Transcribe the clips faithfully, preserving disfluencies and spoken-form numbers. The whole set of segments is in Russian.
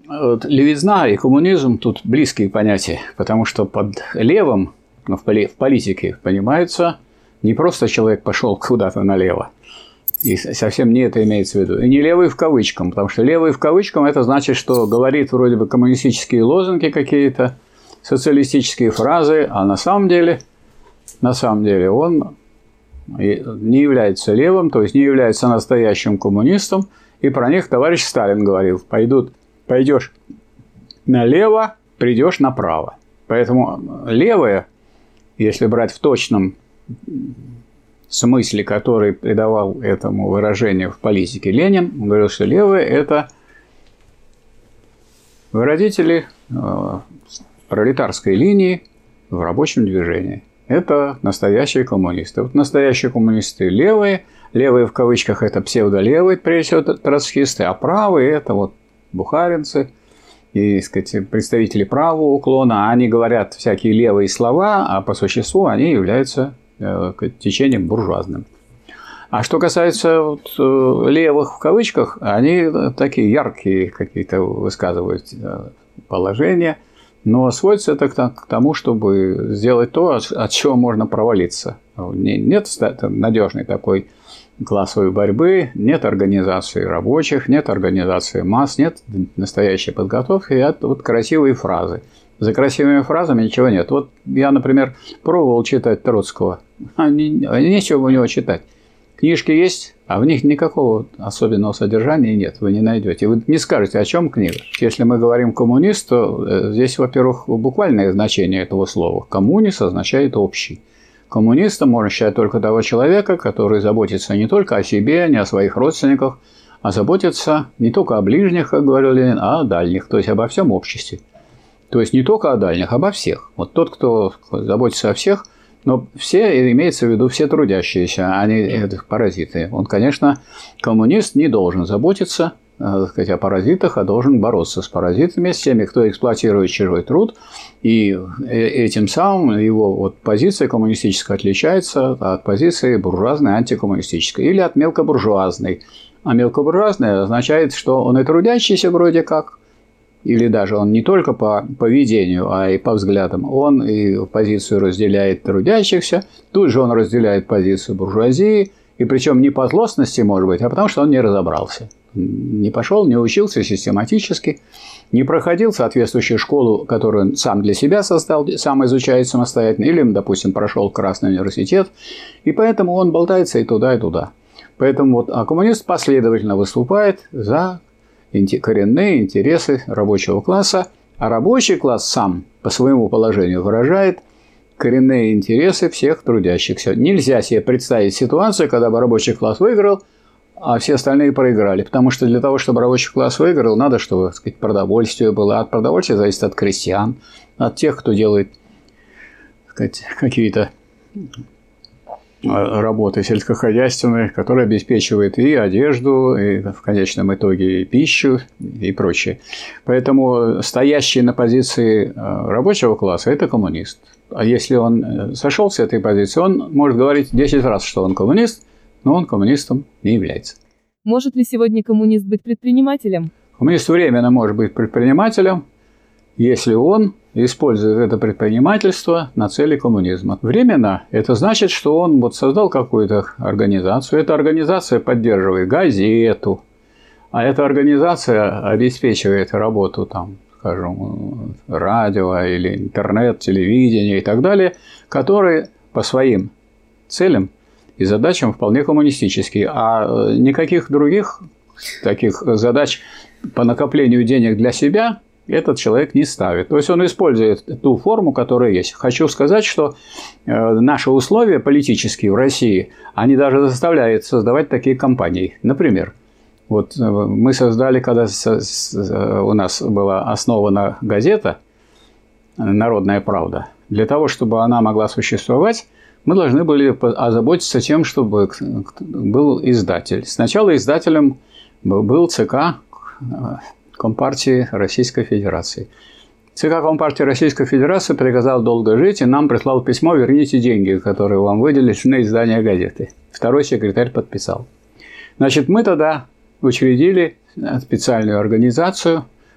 Вот, левизна и коммунизм тут близкие понятия, потому что под левым ну, в, поли в политике понимается не просто человек пошел куда-то налево, и совсем не это имеется в виду. И не левый в кавычках, потому что левый в кавычках это значит, что говорит вроде бы коммунистические лозунги какие-то, социалистические фразы, а на самом деле, на самом деле он не является левым, то есть не является настоящим коммунистом, и про них товарищ Сталин говорил: пойдут, пойдешь налево, придешь направо. Поэтому левое, если брать в точном смысле, который придавал этому выражению в политике Ленин, он говорил, что левые – это выразители пролетарской линии в рабочем движении. Это настоящие коммунисты. Вот настоящие коммунисты левые, левые в кавычках – это псевдолевые, прежде всего, троцкисты, а правые – это вот бухаринцы и, так сказать, представители правого уклона. Они говорят всякие левые слова, а по существу они являются э, течением буржуазным. А что касается вот, левых в кавычках, они такие яркие какие-то высказывают положения, но сводится это к тому, чтобы сделать то, от чего можно провалиться. Нет надежной такой классовой борьбы, нет организации рабочих, нет организации масс, нет настоящей подготовки, а вот красивые фразы. За красивыми фразами ничего нет. Вот я, например, пробовал читать Троцкого, а нечего у него читать. Книжки есть, а в них никакого особенного содержания нет, вы не найдете. Вы не скажете, о чем книга. Если мы говорим коммунист, то здесь, во-первых, буквальное значение этого слова. Коммунист означает общий. Коммунистом можно считать только того человека, который заботится не только о себе, не о своих родственниках, а заботится не только о ближних, как говорил Ленин, а о дальних, то есть обо всем обществе. То есть не только о дальних, а обо всех. Вот тот, кто заботится о всех, но все, имеется в виду все трудящиеся, а не паразиты. Он, конечно, коммунист не должен заботиться, так сказать, о паразитах, а должен бороться с паразитами, с теми, кто эксплуатирует чужой труд. И этим самым его вот позиция коммунистическая отличается от позиции буржуазной, антикоммунистической или от мелкобуржуазной. А мелкобуржуазная означает, что он и трудящийся вроде как, или даже он не только по поведению, а и по взглядам, он и позицию разделяет трудящихся, тут же он разделяет позицию буржуазии, и причем не по злостности, может быть, а потому что он не разобрался. Не пошел, не учился систематически, не проходил соответствующую школу, которую он сам для себя создал, сам изучает самостоятельно, или, допустим, прошел Красный университет, и поэтому он болтается и туда, и туда. Поэтому вот, а коммунист последовательно выступает за коренные интересы рабочего класса, а рабочий класс сам по своему положению выражает коренные интересы всех трудящихся. Нельзя себе представить ситуацию, когда бы рабочий класс выиграл, а все остальные проиграли. Потому что для того, чтобы рабочий класс выиграл, надо, чтобы, так сказать, продовольствие было. От продовольствия зависит от крестьян, от тех, кто делает, так сказать, какие-то работы сельскохозяйственные, которые обеспечивают и одежду, и в конечном итоге и пищу, и прочее. Поэтому стоящий на позиции рабочего класса – это коммунист. А если он сошел с этой позиции, он может говорить десять раз, что он коммунист, но он коммунистом не является. Может ли сегодня коммунист быть предпринимателем? Коммунист временно может быть предпринимателем, если он использует это предпринимательство на цели коммунизма. Временно это значит, что он вот создал какую-то организацию. Эта организация поддерживает газету, а эта организация обеспечивает работу, там, скажем, радио или интернет, телевидение и так далее, которые по своим целям и задачам вполне коммунистические. А никаких других таких задач по накоплению денег для себя этот человек не ставит. То есть он использует ту форму, которая есть. Хочу сказать, что наши условия политические в России, они даже заставляют создавать такие компании. Например, вот мы создали, когда у нас была основана газета «Народная правда», для того, чтобы она могла существовать, мы должны были озаботиться тем, чтобы был издатель. Сначала издателем был ЦК Компартии Российской Федерации. ЦК Компартии Российской Федерации приказал долго жить и нам прислал письмо: верните деньги, которые вам выделили на издание газеты. Второй секретарь подписал. Значит, мы тогда учредили специальную организацию,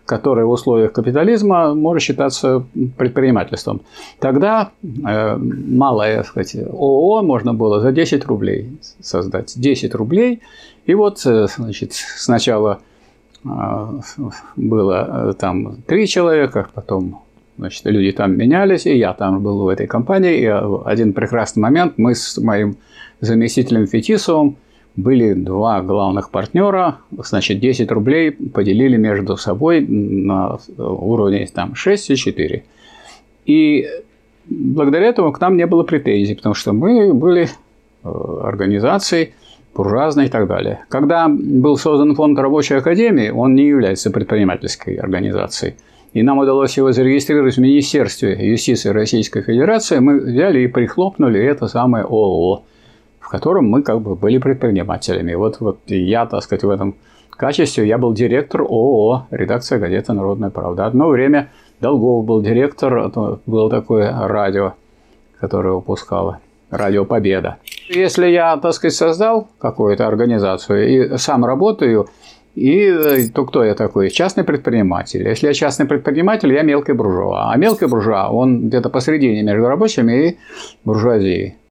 которое в условиях капитализма может считаться предпринимательством. Тогда э, малое, так сказать, ООО можно было за десять рублей создать. десять рублей. И вот, значит, сначала э, было там три человека, потом, значит, люди там менялись, и я там был в этой компании. И в один прекрасный момент мы с моим заместителем Фетисовым были два главных партнера, значит, десять рублей поделили между собой на уровне там, шесть и четыре. И благодаря этому к нам не было претензий, потому что мы были организацией буржуазной и так далее. Когда был создан фонд Рабочей Академии, он не является предпринимательской организацией. И нам удалось его зарегистрировать в Министерстве юстиции Российской Федерации. Мы взяли и прихлопнули это самое ООО, в котором мы как бы были предпринимателями. Вот, вот я, так сказать, в этом качестве я был директор ООО, редакция газеты «Народная правда». Одно время Долгов был директор, было такое радио, которое выпускало, радио «Победа». Если я, так сказать, создал какую-то организацию и сам работаю, и то кто я такой? Частный предприниматель. Если я частный предприниматель, я мелкий буржуа. А мелкий буржуа, он где-то посередине между рабочими и буржуазией.